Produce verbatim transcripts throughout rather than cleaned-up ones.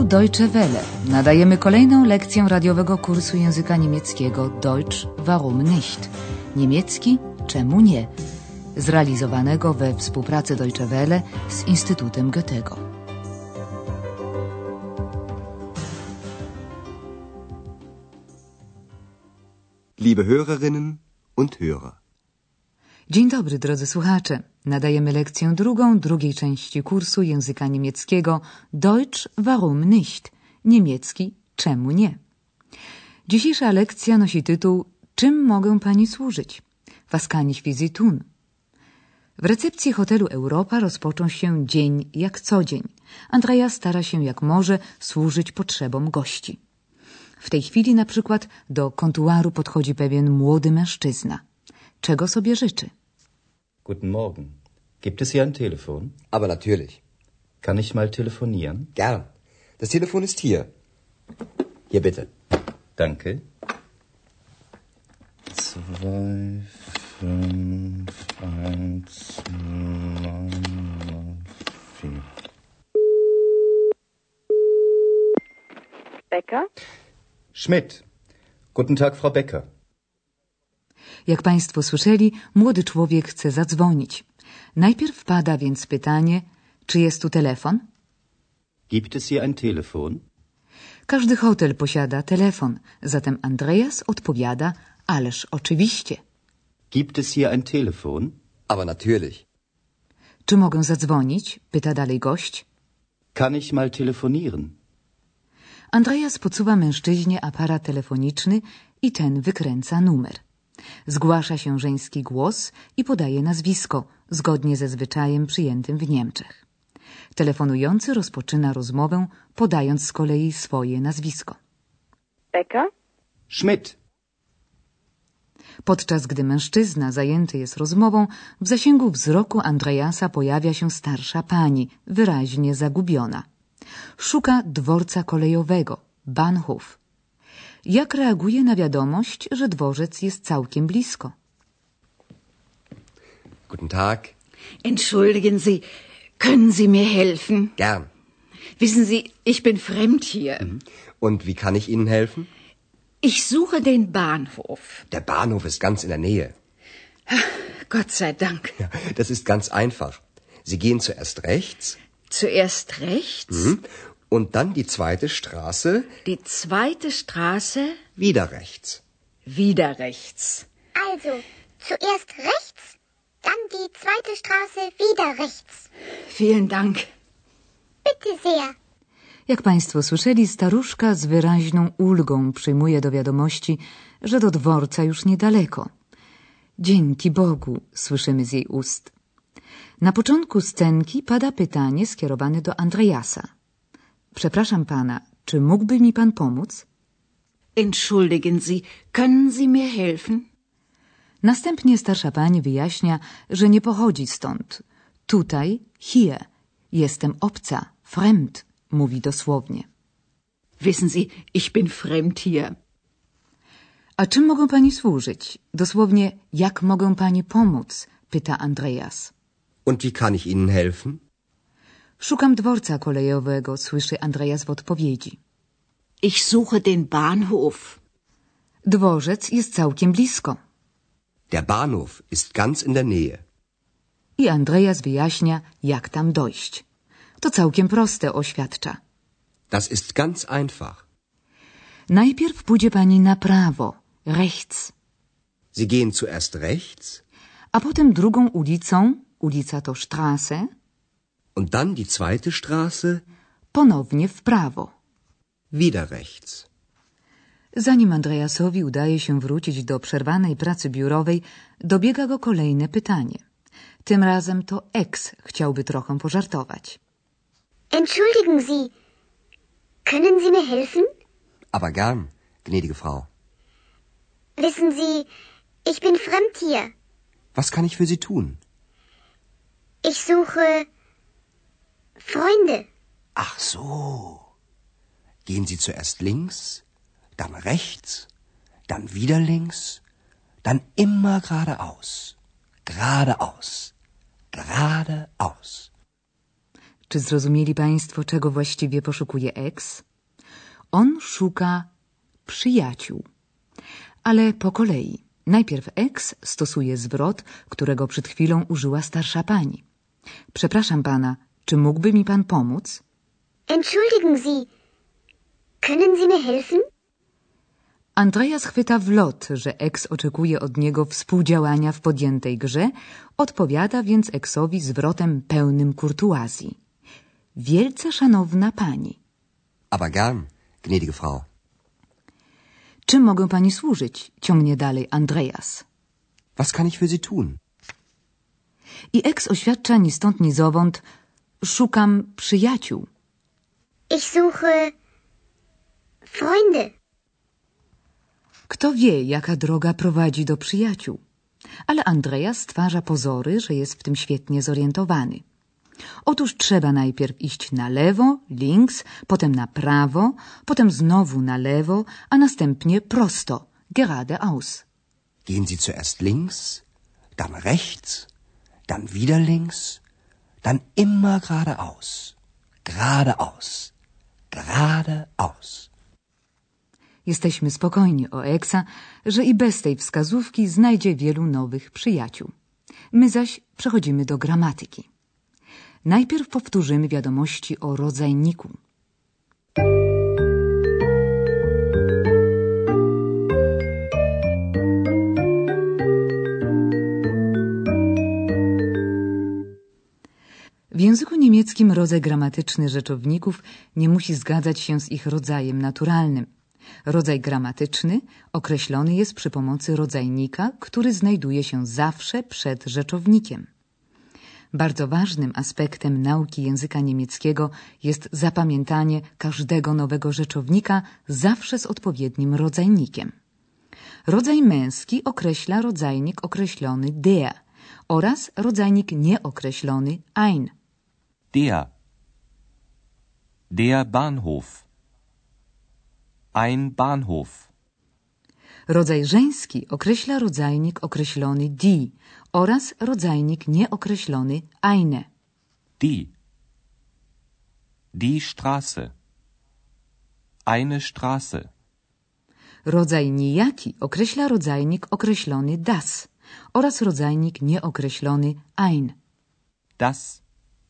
Deutsche Welle. Nadajemy kolejną lekcję radiowego kursu języka niemieckiego Deutsch, warum nicht? Niemiecki, czemu nie? Zrealizowanego we współpracy Deutsche Welle z Instytutem Goethego. Liebe Hörerinnen und Hörer. Dzień dobry, drodzy słuchacze. Nadajemy lekcję drugą, drugiej części kursu języka niemieckiego Deutsch, warum nicht? Niemiecki, czemu nie? Dzisiejsza lekcja nosi tytuł Czym mogę pani służyć? Was kann ich für Sie tun? W recepcji hotelu Europa rozpoczął się dzień jak co dzień. Andrea stara się jak może służyć potrzebom gości. W tej chwili na przykład do kontuaru podchodzi pewien młody mężczyzna. Czego sobie życzy? Guten Morgen. Gibt es hier ein Telefon? Aber natürlich. Kann ich mal telefonieren? Gern. Das Telefon ist hier. Hier bitte. Danke. Zwei, fünf, eins, neun, vier. Becker? Schmidt. Guten Tag, Frau Becker. Jak państwo słyszeli, młody człowiek chce zadzwonić. Najpierw pada więc pytanie, czy jest tu telefon? Gibt es hier ein Telefon? Każdy hotel posiada telefon, zatem Andreas odpowiada, ależ oczywiście. Gibt es hier ein Telefon? Aber natürlich. Czy mogę zadzwonić? Pyta dalej gość. Kann ich mal telefonieren? Andreas podsuwa mężczyźnie aparat telefoniczny i ten wykręca numer. Zgłasza się żeński głos i podaje nazwisko, zgodnie ze zwyczajem przyjętym w Niemczech. Telefonujący rozpoczyna rozmowę, podając z kolei swoje nazwisko. Becker? Schmidt. Podczas gdy mężczyzna zajęty jest rozmową, w zasięgu wzroku Andreasa pojawia się starsza pani, wyraźnie zagubiona. Szuka dworca kolejowego, Bahnhof. Jak reaguje na wiadomość, że dworzec jest całkiem blisko? Guten Tag. Entschuldigen Sie, können Sie mir helfen? Gern. Wissen Sie, ich bin fremd hier. Und wie kann ich Ihnen helfen? Ich suche den Bahnhof. Der Bahnhof ist ganz in der Nähe. Gott sei Dank. Ja, das ist ganz einfach. Sie gehen zuerst rechts. Zuerst rechts? Mhm. Und dann die zweite Straße. Die zweite Straße? Wieder rechts. Wieder rechts. Also, zuerst rechts, dann die zweite Straße wieder rechts. Vielen Dank. Bitte sehr. Jak państwo słyszeli, staruszka z wyraźną ulgą przyjmuje do wiadomości, że do dworca już niedaleko. Dzięki Bogu, słyszymy z jej ust. Na początku scenki pada pytanie skierowane do Andreasa. Przepraszam pana, czy mógłby mi pan pomóc? Entschuldigen Sie, können Sie mir helfen? Następnie starsza pani wyjaśnia, że nie pochodzi stąd. Tutaj, hier, jestem obca, fremd, mówi dosłownie. Wissen Sie, ich bin fremd hier. A czym mogę pani służyć? Dosłownie, jak mogę pani pomóc? Pyta Andreas. Und wie kann ich Ihnen helfen? Szukam dworca kolejowego, słyszy Andreas w odpowiedzi. Ich suche den Bahnhof. Dworzec jest całkiem blisko. Der Bahnhof ist ganz in der Nähe. I Andreas wyjaśnia, jak tam dojść. To całkiem proste, oświadcza. Das ist ganz einfach. Najpierw pójdzie pani na prawo, rechts, Sie gehen zuerst rechts. a potem drugą ulicą, ulica to Straße, Und dann die zweite Straße. ponownie w prawo. Wieder rechts. Zanim Andreasowi udaje się wrócić do przerwanej pracy biurowej, dobiega go kolejne pytanie. Tym razem to ex chciałby trochę pożartować. Entschuldigen Sie, können Sie mir helfen? Aber gern, gnädige Frau. Wissen Sie, ich bin fremd hier. Was kann ich für Sie tun? Ich suche Freunde. Ach so. Gehen Sie zuerst links, dann rechts, dann wieder links, dann immer geradeaus. Geradeaus. Geradeaus. Czy zrozumieli Państwo, czego właściwie poszukuje X? On szuka przyjaciół. Ale po kolei. Najpierw X stosuje zwrot, którego przed chwilą użyła starsza pani. Przepraszam pana, czy mógłby mi pan pomóc? Entschuldigen Sie, können Sie mir helfen? Andreas chwyta w lot, że X oczekuje od niego współdziałania w podjętej grze, odpowiada więc Xowi zwrotem pełnym kurtuazji. Wielce szanowna pani. Aber gern, gnädige Frau. Czym mogę pani służyć? Ciągnie dalej Andreas. Was kann ich für Sie tun? I X oświadcza ni stąd ni zowąd: szukam przyjaciół. Ich suche Freunde. Kto wie, jaka droga prowadzi do przyjaciół? Ale Andreas stwarza pozory, że jest w tym świetnie zorientowany. Otóż trzeba najpierw iść na lewo, links, potem na prawo, potem znowu na lewo, a następnie prosto, geradeaus. Gehen Sie zuerst links, dann rechts, dann wieder links, dann immer geradeaus. Geradeaus. Geradeaus. Jesteśmy spokojni o Exa, że i bez tej wskazówki znajdzie wielu nowych przyjaciół. My zaś przechodzimy do gramatyki. Najpierw powtórzymy wiadomości o rodzajniku. W języku niemieckim rodzaj gramatyczny rzeczowników nie musi zgadzać się z ich rodzajem naturalnym. Rodzaj gramatyczny określony jest przy pomocy rodzajnika, który znajduje się zawsze przed rzeczownikiem. Bardzo ważnym aspektem nauki języka niemieckiego jest zapamiętanie każdego nowego rzeczownika zawsze z odpowiednim rodzajnikiem. Rodzaj męski określa rodzajnik określony der oraz rodzajnik nieokreślony ein. Der. Der Bahnhof. Ein Bahnhof. Rodzaj żeński określa rodzajnik określony die oraz rodzajnik nieokreślony eine. Die. Die Straße. Eine Straße. Rodzaj nijaki określa rodzajnik określony das oraz rodzajnik nieokreślony ein. Das.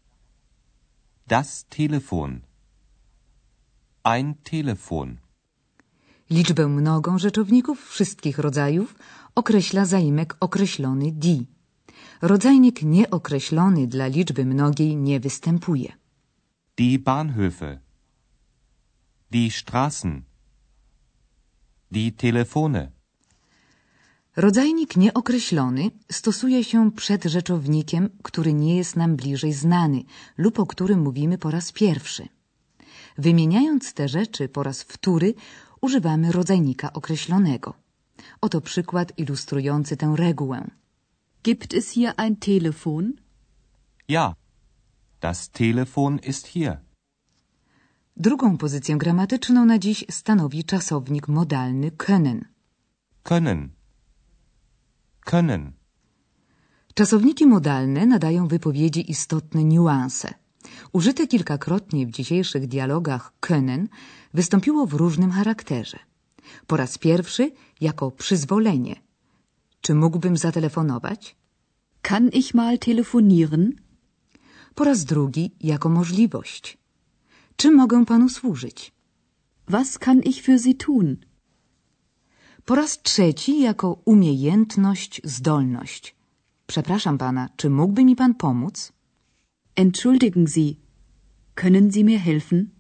Das Telefon. Ein Telefon. Liczbę mnogą rzeczowników wszystkich rodzajów określa zaimek określony die. Rodzajnik nieokreślony dla liczby mnogiej nie występuje. Die Bahnhöfe. Die Straßen. Die Telefone. Rodzajnik nieokreślony stosuje się przed rzeczownikiem, który nie jest nam bliżej znany lub o którym mówimy po raz pierwszy. Wymieniając te rzeczy po raz wtóry, używamy rodzajnika określonego. Oto przykład ilustrujący tę regułę. Gibt es hier ein Telefon? Ja, das Telefon ist hier. Drugą pozycję gramatyczną na dziś stanowi czasownik modalny können. Können. Können. Czasowniki modalne nadają wypowiedzi istotne niuanse. Użyte kilkakrotnie w dzisiejszych dialogach können wystąpiło w różnym charakterze. Po raz pierwszy jako przyzwolenie. Czy mógłbym zatelefonować? Kann ich mal telefonieren? Po raz drugi jako możliwość. Czy mogę panu służyć? Was kann ich für Sie tun? Po raz trzeci jako umiejętność, zdolność. Przepraszam pana, czy mógłby mi pan pomóc? Entschuldigen Sie, können Sie mir helfen?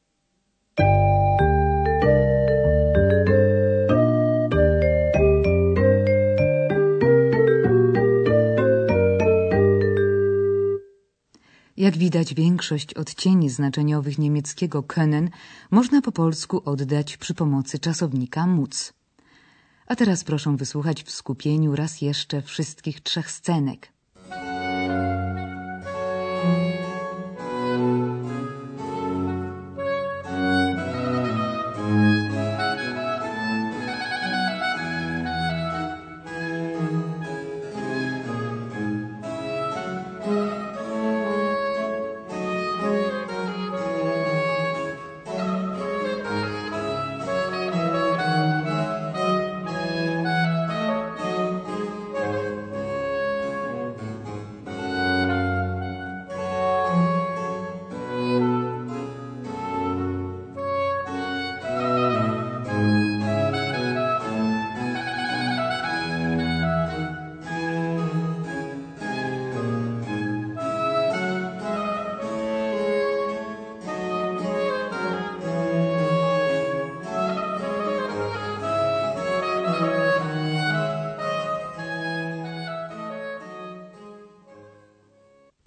Jak widać, większość odcieni znaczeniowych niemieckiego können można po polsku oddać przy pomocy czasownika móc. A teraz proszę wysłuchać w skupieniu raz jeszcze wszystkich trzech scenek.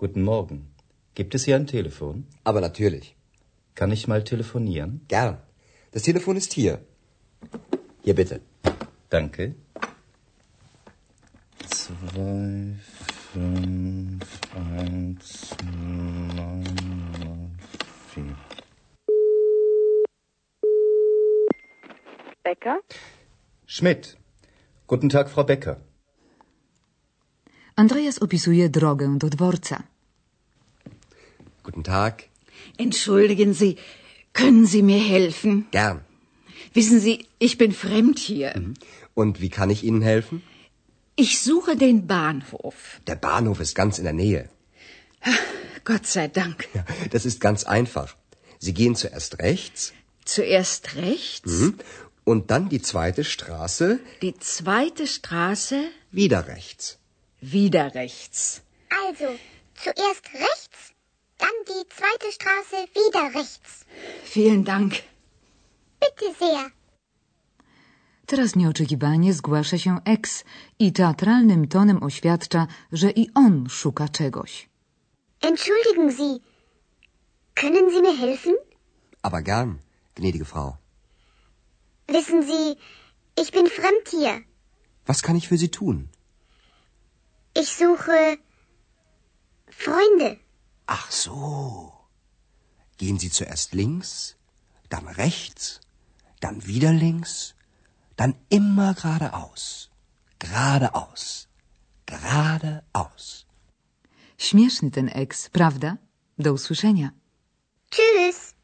Guten Morgen. Gibt es hier ein Telefon? Aber natürlich. Kann ich mal telefonieren? Gern. Das Telefon ist hier. Hier bitte. Danke. Zwei, fünf, eins, neun, vier. Becker? Schmidt. Guten Tag, Frau Becker. Andreas opisuje drogę do dworca. Guten Tag. Entschuldigen Sie, können Sie mir helfen? Gern. Wissen Sie, ich bin fremd hier. Mhm. Und wie kann ich Ihnen helfen? Ich suche den Bahnhof. Der Bahnhof ist ganz in der Nähe. Gott sei Dank. Ja, das ist ganz einfach. Sie gehen zuerst rechts. Zuerst rechts. Mhm. Und dann die zweite Straße. Die zweite Straße. Wieder rechts. Wieder rechts. Also, zuerst rechts, dann die zweite Straße wieder rechts. Vielen Dank. Bitte sehr. Teraz nieoczekiwanie zgłasza się Ex i teatralnym tonem oświadcza, że i on szuka czegoś. Entschuldigen Sie, können Sie mir helfen? Aber gern, gnädige Frau. Wissen Sie, ich bin fremd hier. Was kann ich für Sie tun? Ich suche Freunde. Ach so. Gehen Sie zuerst links, dann rechts, dann wieder links, dann immer geradeaus. Geradeaus. Geradeaus. Śmieszny ten Ex, prawda? Do usłyszenia. Tschüss.